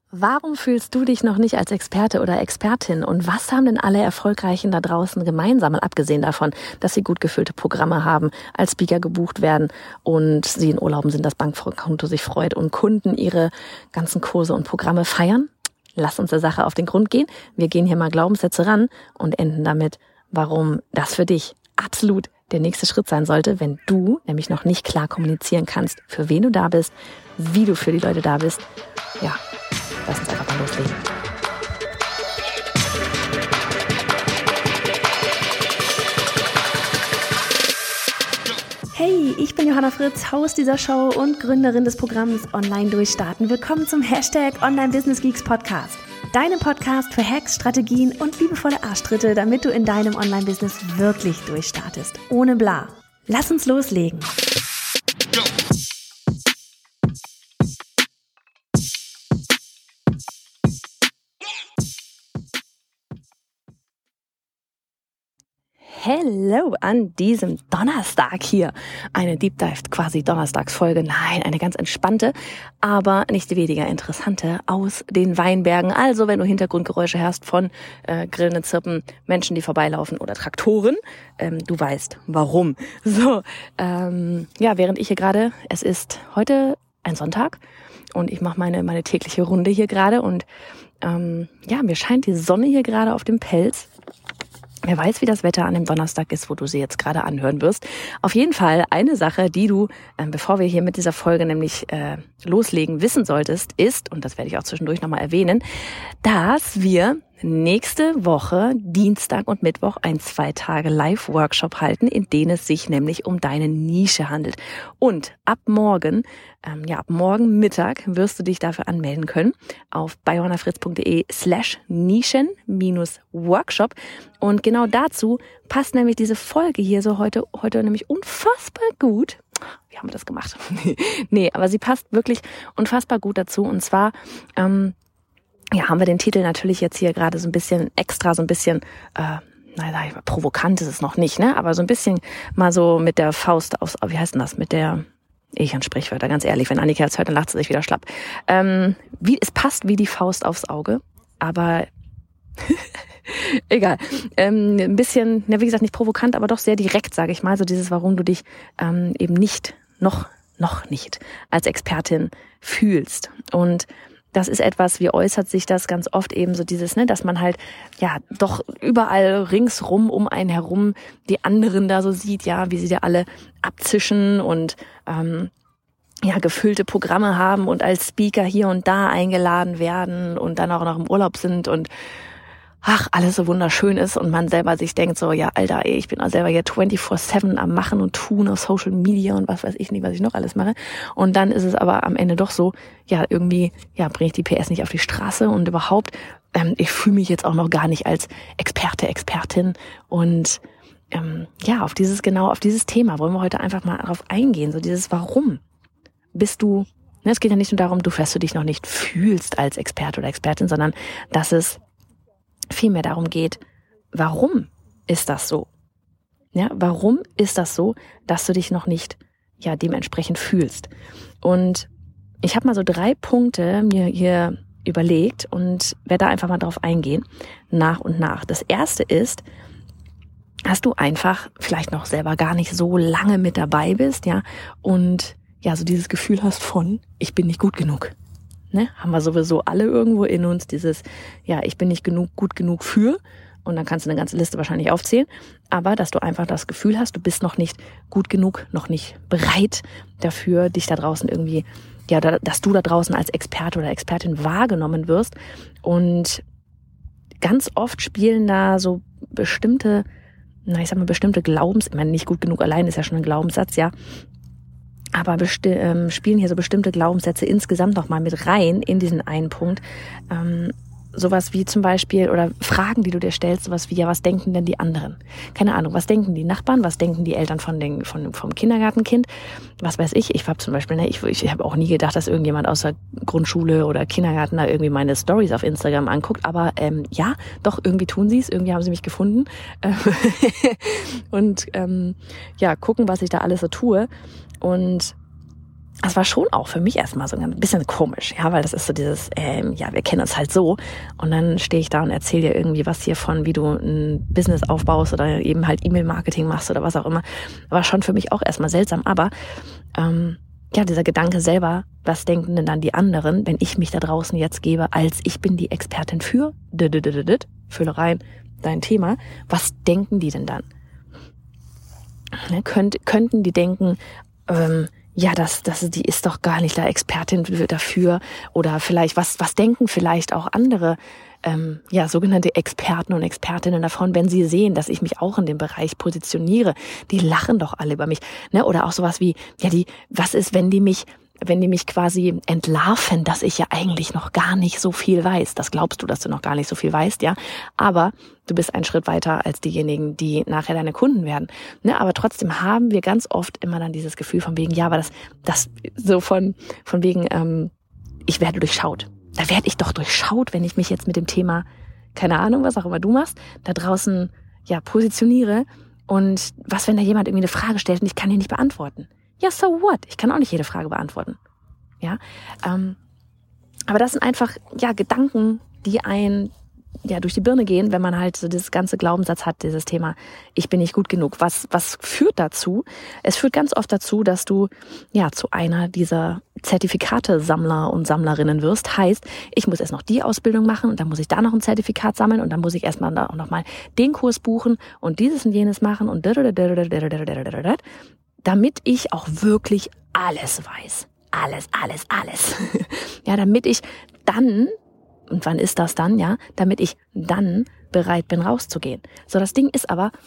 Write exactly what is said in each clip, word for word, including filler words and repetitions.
Warum fühlst du dich noch nicht als Experte oder Expertin? Und was haben denn alle Erfolgreichen da draußen gemeinsam, mal abgesehen davon, dass sie gut gefüllte Programme haben, als Speaker gebucht werden und sie in Urlauben sind, das Bankkonto sich freut und Kunden ihre ganzen Kurse und Programme feiern? Lass uns der Sache auf den Grund gehen. Wir gehen hier mal Glaubenssätze ran und enden damit, warum das für dich absolut der nächste Schritt sein sollte, wenn du nämlich noch nicht klar kommunizieren kannst, für wen du da bist, wie du für die Leute da bist. Ja, lass uns einfach mal loslegen. Hey, ich bin Johanna Fritz, Host dieser Show und Gründerin des Programms Online Durchstarten. Willkommen zum Hashtag Online Business Geeks Podcast. Deinem Podcast für Hacks, Strategien und liebevolle Arschtritte, damit du in deinem Online-Business wirklich durchstartest. Ohne bla. Lass uns loslegen. Hello an diesem Donnerstag hier. Eine Deep Dive, quasi Donnerstagsfolge. Nein, eine ganz entspannte, aber nicht weniger interessante aus den Weinbergen. Also, wenn du Hintergrundgeräusche hörst von äh, grillenden Zirpen, Menschen, die vorbeilaufen oder Traktoren, ähm, du weißt, warum. So, ähm, ja, während ich hier gerade, es ist heute ein Sonntag und ich mache meine meine tägliche Runde hier gerade und ähm, ja, mir scheint die Sonne hier gerade auf dem Pelz. Wer weiß, wie das Wetter an dem Donnerstag ist, wo du sie jetzt gerade anhören wirst. Auf jeden Fall eine Sache, die du, äh, bevor wir hier mit dieser Folge nämlich äh, loslegen, wissen solltest, ist, und das werde ich auch zwischendurch nochmal erwähnen, dass wir nächste Woche, Dienstag und Mittwoch, ein zwei Tage Live-Workshop halten, in denen es sich nämlich um deine Nische handelt. Und ab morgen, ähm, ja, ab morgen Mittag wirst du dich dafür anmelden können auf bayjohannafritz.de slash Nischen minus Workshop. Und genau dazu passt nämlich diese Folge hier so heute, heute nämlich unfassbar gut. Wie haben wir das gemacht? Nee, aber sie passt wirklich unfassbar gut dazu. Und zwar, ähm, ja, haben wir den Titel natürlich jetzt hier gerade so ein bisschen extra, so ein bisschen, äh, naja, provokant ist es noch nicht, ne? Aber so ein bisschen mal so mit der Faust aufs, wie heißt denn das? Mit der, ich an Sprichwörter, ganz ehrlich, wenn Annika jetzt hört, dann lacht sie sich wieder schlapp. Ähm, wie, es passt wie die Faust aufs Auge, aber egal. Ähm, ein bisschen, na, wie gesagt, nicht provokant, aber doch sehr direkt, sage ich mal, so dieses, warum du dich ähm, eben nicht, noch, noch nicht als Expertin fühlst. Und das ist etwas, wie äußert sich das ganz oft eben so dieses, ne, dass man halt, ja, doch überall ringsrum um einen herum die anderen da so sieht, ja, wie sie da alle abzischen und, ähm, ja, gefüllte Programme haben und als Speaker hier und da eingeladen werden und dann auch noch im Urlaub sind und ach, alles so wunderschön ist und man selber sich denkt so, ja, Alter, ey, ich bin auch selber hier vierundzwanzig sieben am Machen und Tun auf Social Media und was weiß ich nicht, was ich noch alles mache. Und dann ist es aber am Ende doch so, ja, irgendwie, ja, bringe ich die P S nicht auf die Straße und überhaupt, ähm, ich fühle mich jetzt auch noch gar nicht als Experte, Expertin und ähm, ja, auf dieses, genau, auf dieses Thema wollen wir heute einfach mal darauf eingehen, so dieses Warum bist du, ne, es geht ja nicht nur darum, du, dass du dich noch nicht fühlst als Experte oder Expertin, sondern dass es vielmehr darum geht, warum ist das so? Ja, warum ist das so, dass du dich noch nicht ja dementsprechend fühlst? Und ich habe mal so drei Punkte mir hier überlegt und werde da einfach mal drauf eingehen, nach und nach. Das erste ist, dass du einfach vielleicht noch selber gar nicht so lange mit dabei bist, ja, und ja, so dieses Gefühl hast von, ich bin nicht gut genug. Ne, haben wir sowieso alle irgendwo in uns dieses, ja, ich bin nicht genug, gut genug für, und dann kannst du eine ganze Liste wahrscheinlich aufzählen, aber dass du einfach das Gefühl hast, du bist noch nicht gut genug, noch nicht bereit dafür, dich da draußen irgendwie, ja, dass du da draußen als Experte oder Expertin wahrgenommen wirst. Und ganz oft spielen da so bestimmte, na, ich sag mal, bestimmte Glaubens, ich meine, nicht gut genug allein ist ja schon ein Glaubenssatz, ja, aber besti- ähm, spielen hier so bestimmte Glaubenssätze insgesamt nochmal mit rein in diesen einen Punkt. Ähm, sowas wie zum Beispiel, oder Fragen, die du dir stellst, sowas wie, ja, was denken denn die anderen? Keine Ahnung, was denken die Nachbarn, was denken die Eltern von den, von, vom Kindergartenkind? Was weiß ich, ich habe zum Beispiel, ne, ich, ich habe auch nie gedacht, dass irgendjemand aus der Grundschule oder Kindergarten da irgendwie meine Stories auf Instagram anguckt, aber ähm, ja, doch, irgendwie tun sie es, irgendwie haben sie mich gefunden und ähm, ja, gucken, was ich da alles so tue. Und das war schon auch für mich erstmal so ein bisschen komisch, ja, weil das ist so dieses, ähm, ja, wir kennen uns halt so und dann stehe ich da und erzähle dir irgendwie was hier von, wie du ein Business aufbaust oder eben halt E-Mail-Marketing machst oder was auch immer. War schon für mich auch erstmal seltsam, aber ähm, ja, dieser Gedanke selber, was denken denn dann die anderen, wenn ich mich da draußen jetzt gebe, als ich bin die Expertin für, fülle rein dein Thema, was denken die denn dann? Ne, könnt, könnten die denken, ähm, ja, das, das, die ist doch gar nicht da Expertin dafür oder vielleicht, was, was denken vielleicht auch andere, ähm, ja, sogenannte Experten und Expertinnen davon, wenn sie sehen, dass ich mich auch in dem Bereich positioniere, die lachen doch alle über mich, ne, oder auch sowas wie, ja, die, was ist, wenn die mich, wenn die mich quasi entlarven, dass ich ja eigentlich noch gar nicht so viel weiß. Das glaubst du, dass du noch gar nicht so viel weißt, ja. Aber du bist einen Schritt weiter als diejenigen, die nachher deine Kunden werden. Ne? Aber trotzdem haben wir ganz oft immer dann dieses Gefühl von wegen, ja, aber das, das so von, von wegen, ähm, ich werde durchschaut. Da werde ich doch durchschaut, wenn ich mich jetzt mit dem Thema, keine Ahnung, was auch immer du machst, da draußen, ja, positioniere. Und was, wenn da jemand irgendwie eine Frage stellt und ich kann die nicht beantworten? Ja, so what? Ich kann auch nicht jede Frage beantworten. Ja, ähm, aber das sind einfach ja Gedanken, die einen ja durch die Birne gehen, wenn man halt so dieses ganze Glaubenssatz hat, dieses Thema, ich bin nicht gut genug. Was was führt dazu? Es führt ganz oft dazu, dass du ja zu einer dieser Zertifikate-Sammler und Sammlerinnen wirst. Heißt, ich muss erst noch die Ausbildung machen und dann muss ich da noch ein Zertifikat sammeln und dann muss ich erstmal auch noch mal den Kurs buchen und dieses und jenes machen und damit ich auch wirklich alles weiß. Alles, alles, alles. Ja, damit ich dann, und wann ist das dann, ja, damit ich dann bereit bin, rauszugehen. So, das Ding ist aber,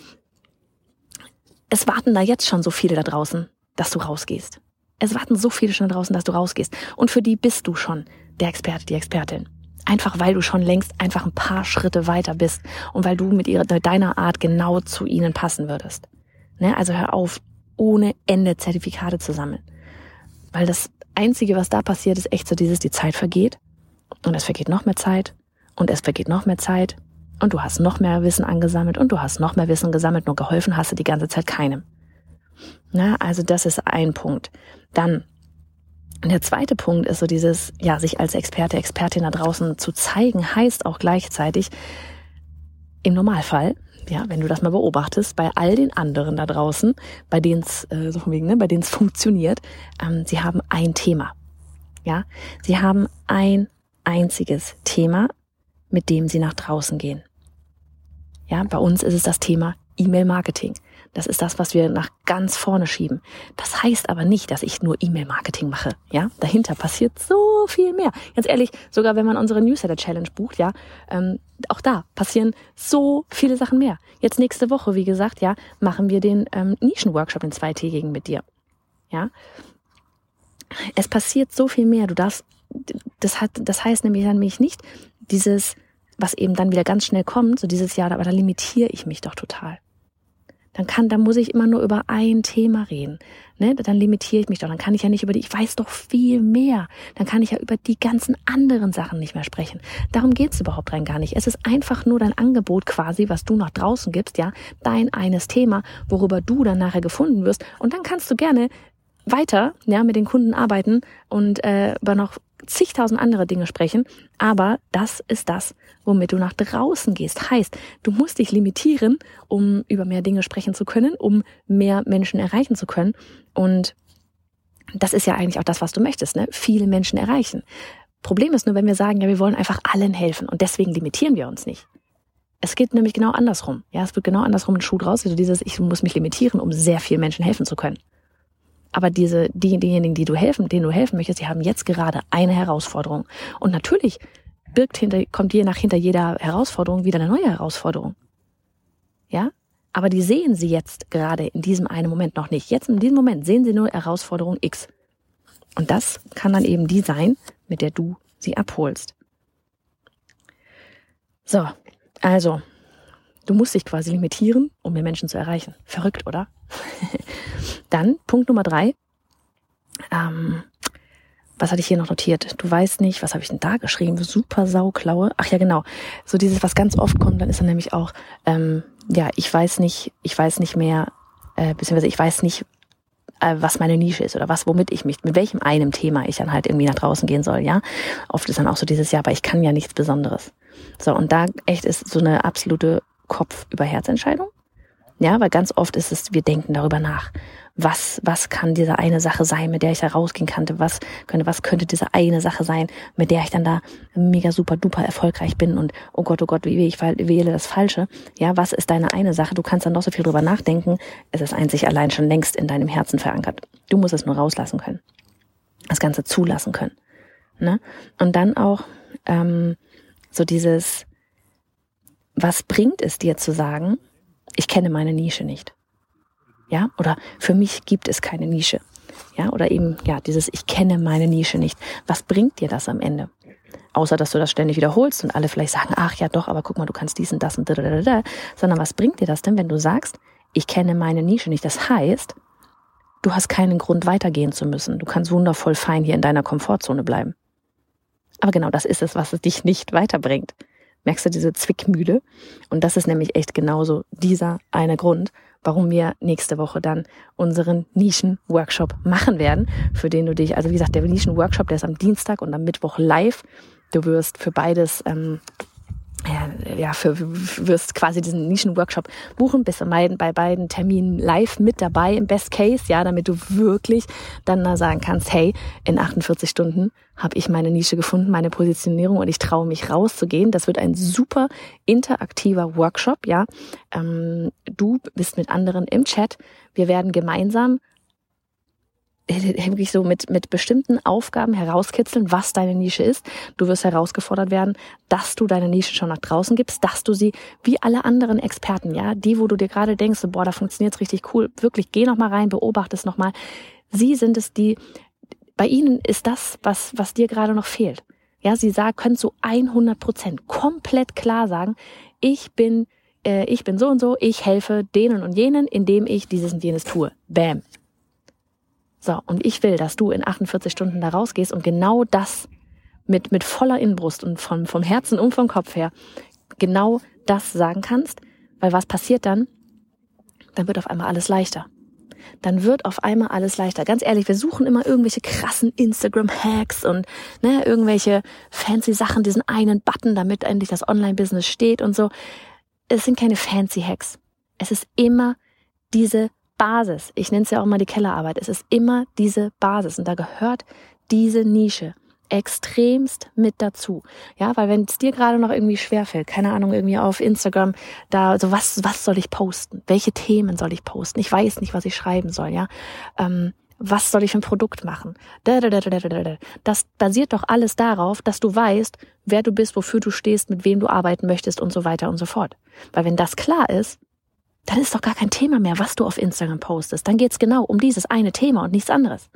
es warten da jetzt schon so viele da draußen, dass du rausgehst. Es warten so viele schon da draußen, dass du rausgehst. Und für die bist du schon der Experte, die Expertin. Einfach weil du schon längst einfach ein paar Schritte weiter bist und weil du mit ihrer, deiner Art genau zu ihnen passen würdest. Ne? Also hör auf, ohne Ende Zertifikate zu sammeln. Weil das Einzige, was da passiert, ist echt so dieses, die Zeit vergeht und es vergeht noch mehr Zeit und es vergeht noch mehr Zeit und du hast noch mehr Wissen angesammelt und du hast noch mehr Wissen gesammelt, nur geholfen hast du die ganze Zeit keinem. Na, also das ist ein Punkt. Dann der zweite Punkt ist so dieses, ja, sich als Experte, Expertin da draußen zu zeigen, heißt auch gleichzeitig im Normalfall, ja, wenn du das mal beobachtest, bei all den anderen da draußen, bei denen es äh, so von wegen, ne, bei denen es funktioniert, ähm, sie haben ein Thema. Ja, sie haben ein einziges Thema, mit dem sie nach draußen gehen. Ja, bei uns ist es das Thema E-Mail-Marketing. Das ist das, was wir nach ganz vorne schieben. Das heißt aber nicht, dass ich nur E-Mail-Marketing mache. Ja, dahinter passiert so viel mehr. Ganz ehrlich, sogar wenn man unsere Newsletter-Challenge bucht, ja, ähm, auch da passieren so viele Sachen mehr. Jetzt nächste Woche, wie gesagt, ja, machen wir den ähm, Nischen-Workshop, den zweitägigen mit dir. Ja, es passiert so viel mehr. Du darfst, das hat, das heißt nämlich dann nämlich nicht dieses, was eben dann wieder ganz schnell kommt, so dieses Jahr, aber da limitiere ich mich doch total. Dann kann, dann muss ich immer nur über ein Thema reden. Ne? Dann limitiere ich mich doch. Dann kann ich ja nicht über die, ich weiß doch viel mehr. Dann kann ich ja über die ganzen anderen Sachen nicht mehr sprechen. Darum geht's überhaupt rein gar nicht. Es ist einfach nur dein Angebot quasi, was du nach draußen gibst, ja, dein eines Thema, worüber du dann nachher gefunden wirst. Und dann kannst du gerne weiter, ja, mit den Kunden arbeiten und äh, über noch zigtausend andere Dinge sprechen, aber das ist das, womit du nach draußen gehst. Heißt, du musst dich limitieren, um über mehr Dinge sprechen zu können, um mehr Menschen erreichen zu können. Und das ist ja eigentlich auch das, was du möchtest, ne? Viele Menschen erreichen. Problem ist nur, wenn wir sagen, ja, wir wollen einfach allen helfen und deswegen limitieren wir uns nicht. Es geht nämlich genau andersrum. Ja, es wird genau andersrum ein Schuh draus, also dieses, ich muss mich limitieren, um sehr vielen Menschen helfen zu können. Aber diese, die, diejenigen, die du helfen, denen du helfen möchtest, die haben jetzt gerade eine Herausforderung. Und natürlich birgt hinter, kommt je nach hinter jeder Herausforderung wieder eine neue Herausforderung. Ja? Aber die sehen sie jetzt gerade in diesem einen Moment noch nicht. Jetzt in diesem Moment sehen sie nur Herausforderung X. Und das kann dann eben die sein, mit der du sie abholst. So, also, du musst dich quasi limitieren, um mehr Menschen zu erreichen. Verrückt, oder? Dann Punkt Nummer drei. Ähm, was hatte ich hier noch notiert? Du weißt nicht, was habe ich denn da geschrieben? Super sauklaue. Ach ja, genau. So dieses, was ganz oft kommt, dann ist dann nämlich auch, ähm, ja, ich weiß nicht, ich weiß nicht mehr, äh, beziehungsweise ich weiß nicht äh, was meine Nische ist oder was, womit ich mich, mit welchem einem Thema ich dann halt irgendwie nach draußen gehen soll, ja. Oft ist dann auch so dieses, ja, aber ich kann ja nichts Besonderes. So, und da echt ist so eine absolute Kopf-über-Herz-Entscheidung. Ja, weil ganz oft ist es, wir denken darüber nach. Was, was kann diese eine Sache sein, mit der ich da rausgehen könnte? Was könnte, was könnte diese eine Sache sein, mit der ich dann da mega super duper erfolgreich bin? Und oh Gott, oh Gott, wie ich wähle das Falsche. Ja, was ist deine eine Sache? Du kannst dann noch so viel drüber nachdenken. Es ist einzig allein schon längst in deinem Herzen verankert. Du musst es nur rauslassen können. Das Ganze zulassen können. Ne? Und dann auch ähm, so dieses, was bringt es dir zu sagen, ich kenne meine Nische nicht? Ja, oder für mich gibt es keine Nische. Ja, oder eben, ja, dieses ich kenne meine Nische nicht. Was bringt dir das am Ende? Außer, dass du das ständig wiederholst und alle vielleicht sagen, ach ja doch, aber guck mal, du kannst dies und das und da, da, da, da. Sondern was bringt dir das denn, wenn du sagst, ich kenne meine Nische nicht? Das heißt, du hast keinen Grund weitergehen zu müssen. Du kannst wundervoll fein hier in deiner Komfortzone bleiben. Aber genau das ist es, was es dich nicht weiterbringt. Merkst du diese Zwickmühle? Und das ist nämlich echt genauso dieser eine Grund, warum wir nächste Woche dann unseren Nischen-Workshop machen werden, für den du dich, also wie gesagt, der Nischen-Workshop, der ist am Dienstag und am Mittwoch live. Du wirst für beides, ähm, ja, ja für, wirst quasi diesen Nischen-Workshop buchen, bist bei beiden Terminen live mit dabei, im Best Case, ja, damit du wirklich dann da sagen kannst, hey, in achtundvierzig Stunden habe ich meine Nische gefunden, meine Positionierung und ich traue mich rauszugehen. Das wird ein super interaktiver Workshop, ja. Ähm, du bist mit anderen im Chat. Wir werden gemeinsam wirklich so mit, mit bestimmten Aufgaben herauskitzeln, was deine Nische ist. Du wirst herausgefordert werden, dass du deine Nische schon nach draußen gibst, dass du sie wie alle anderen Experten, ja, die, wo du dir gerade denkst, so, boah, da funktioniert's richtig cool, wirklich, geh noch mal rein, beobachte es noch mal. Sie sind es, die, bei ihnen ist das, was, was dir gerade noch fehlt. Ja, sie sagen, können zu hundert Prozent komplett klar sagen, ich bin, äh, ich bin so und so, ich helfe denen und jenen, indem ich dieses und jenes tue. Bam. So, und ich will, dass du in achtundvierzig Stunden da rausgehst und genau das mit mit voller Inbrust und vom vom Herzen und vom Kopf her genau das sagen kannst, weil was passiert dann? Dann wird auf einmal alles leichter. Dann wird auf einmal alles leichter. Ganz ehrlich, wir suchen immer irgendwelche krassen Instagram-Hacks und ne, irgendwelche fancy Sachen, diesen einen Button, damit endlich das Online-Business steht und so. Es sind keine fancy Hacks. Es ist immer diese Basis. Ich nenne es ja auch mal die Kellerarbeit. Es ist immer diese Basis und da gehört diese Nische extremst mit dazu. Ja, weil wenn es dir gerade noch irgendwie schwerfällt, keine Ahnung, irgendwie auf Instagram, da so was, was soll ich posten? Welche Themen soll ich posten? Ich weiß nicht, was ich schreiben soll, ja. Ähm, was soll ich für ein Produkt machen? Das basiert doch alles darauf, dass du weißt, wer du bist, wofür du stehst, mit wem du arbeiten möchtest und so weiter und so fort. Weil wenn das klar ist, dann ist doch gar kein Thema mehr, was du auf Instagram postest. Dann geht's genau um dieses eine Thema und nichts anderes.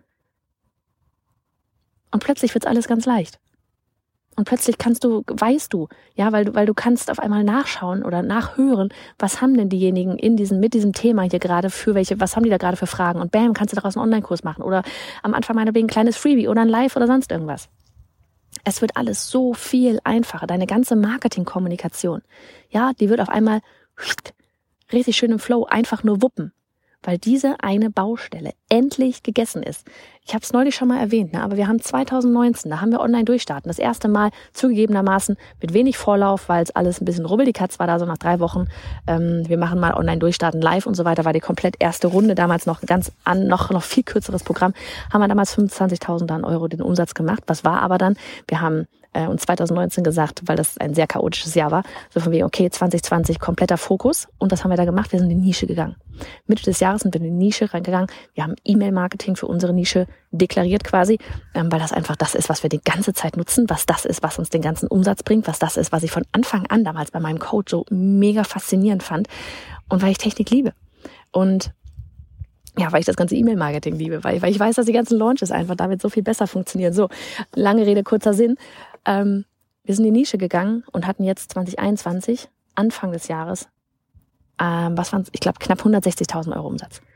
Und plötzlich wird's alles ganz leicht. Und plötzlich kannst du, weißt du, ja, weil du, weil du kannst auf einmal nachschauen oder nachhören, was haben denn diejenigen in diesem, mit diesem Thema hier gerade für welche, was haben die da gerade für Fragen? Und bam, kannst du daraus einen Online-Kurs machen oder am Anfang meinetwegen ein kleines Freebie oder ein Live oder sonst irgendwas. Es wird alles so viel einfacher. Deine ganze Marketing-Kommunikation, ja, die wird auf einmal richtig schön im Flow einfach nur wuppen, weil diese eine Baustelle endlich gegessen ist. Ich habe es neulich schon mal erwähnt, ne? Aber wir haben zwanzig neunzehn, da haben wir online durchstarten. Das erste Mal zugegebenermaßen mit wenig Vorlauf, weil es alles ein bisschen rubbel. Die Katz war da so nach drei Wochen. Ähm, wir machen mal online durchstarten live und so weiter. War die komplett erste Runde, damals noch ganz an, noch noch viel kürzeres Programm. Haben wir damals fünfundzwanzigtausend Euro den Umsatz gemacht. Was war aber dann? Wir haben äh, uns zwanzig neunzehn gesagt, weil das ein sehr chaotisches Jahr war, so von wegen, okay, zwanzig zwanzig kompletter Fokus. Und was haben wir da gemacht? Wir sind in die Nische gegangen. Mitte des Jahres sind wir in die Nische reingegangen. Wir haben E-Mail-Marketing für unsere Nische deklariert quasi, ähm, weil das einfach das ist, was wir die ganze Zeit nutzen, was das ist, was uns den ganzen Umsatz bringt, was das ist, was ich von Anfang an damals bei meinem Coach so mega faszinierend fand und weil ich Technik liebe. Und ja, weil ich das ganze E-Mail-Marketing liebe, weil, weil ich weiß, dass die ganzen Launches einfach damit so viel besser funktionieren. So, lange Rede, kurzer Sinn. Ähm, wir sind in die Nische gegangen und hatten jetzt zwanzig einundzwanzig, Anfang des Jahres, ähm, was waren ich glaube, knapp hundertsechzigtausend Euro Umsatz.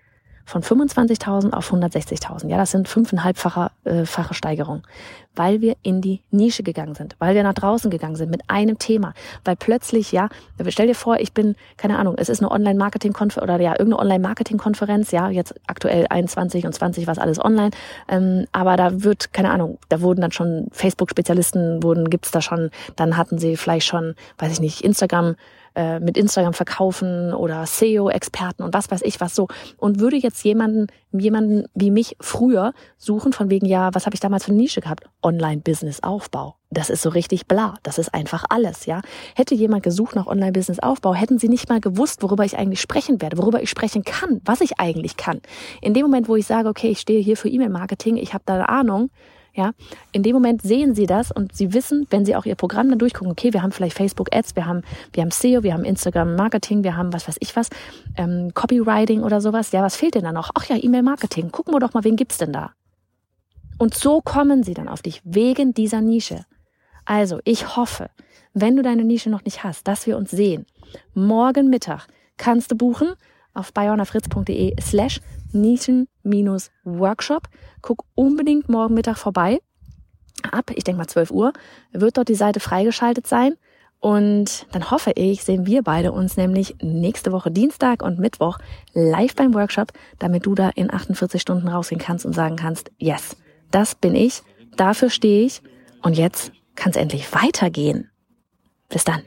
von fünfundzwanzigtausend auf hundertsechzigtausend. Ja, das sind fünfeinhalbfache äh, fache Steigerung, weil wir in die Nische gegangen sind, weil wir nach draußen gegangen sind mit einem Thema, weil plötzlich, ja, stell dir vor, ich bin, keine Ahnung, es ist eine Online-Marketing-Konferenz oder ja, irgendeine Online-Marketing-Konferenz, ja, jetzt aktuell einundzwanzig und zwanzig war alles online, ähm, aber da wird, keine Ahnung, da wurden dann schon Facebook-Spezialisten, wurden, gibt's da schon, dann hatten sie vielleicht schon, weiß ich nicht, Instagram, mit Instagram verkaufen oder S E O-Experten und was weiß ich was so. Und würde jetzt jemanden, jemanden wie mich früher suchen, von wegen, ja, was habe ich damals für eine Nische gehabt? Online-Business-Aufbau. Das ist so richtig bla. Das ist einfach alles, ja. Hätte jemand gesucht nach Online-Business-Aufbau, hätten sie nicht mal gewusst, worüber ich eigentlich sprechen werde, worüber ich sprechen kann, was ich eigentlich kann. In dem Moment, wo ich sage, okay, ich stehe hier für E-Mail-Marketing, ich habe da eine Ahnung, ja, in dem Moment sehen sie das und sie wissen, wenn sie auch ihr Programm dann durchgucken, okay, wir haben vielleicht Facebook-Ads, wir haben, wir haben S E O, wir haben Instagram-Marketing, wir haben was weiß ich was, ähm, Copywriting oder sowas. Ja, was fehlt denn da noch? Ach ja, E-Mail-Marketing. Gucken wir doch mal, wen gibt's denn da? Und so kommen sie dann auf dich, wegen dieser Nische. Also, ich hoffe, wenn du deine Nische noch nicht hast, dass wir uns sehen. Morgen Mittag kannst du buchen auf biohannafritz.de slash Nischen-Workshop. Guck unbedingt morgen Mittag vorbei. Ab, ich denke mal zwölf Uhr, wird dort die Seite freigeschaltet sein. Und dann hoffe ich, sehen wir beide uns nämlich nächste Woche Dienstag und Mittwoch live beim Workshop, damit du da in achtundvierzig Stunden rausgehen kannst und sagen kannst, yes, das bin ich, dafür stehe ich und jetzt kann es endlich weitergehen. Bis dann.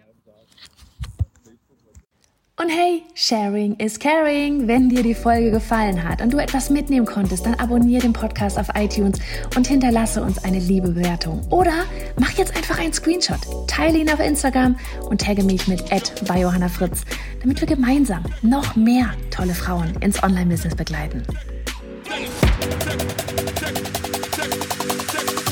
Und hey, Sharing is Caring. Wenn dir die Folge gefallen hat und du etwas mitnehmen konntest, dann abonniere den Podcast auf iTunes und hinterlasse uns eine liebe Bewertung. Oder mach jetzt einfach einen Screenshot, teile ihn auf Instagram und tagge mich mit at biohannafritz, damit wir gemeinsam noch mehr tolle Frauen ins Online-Business begleiten.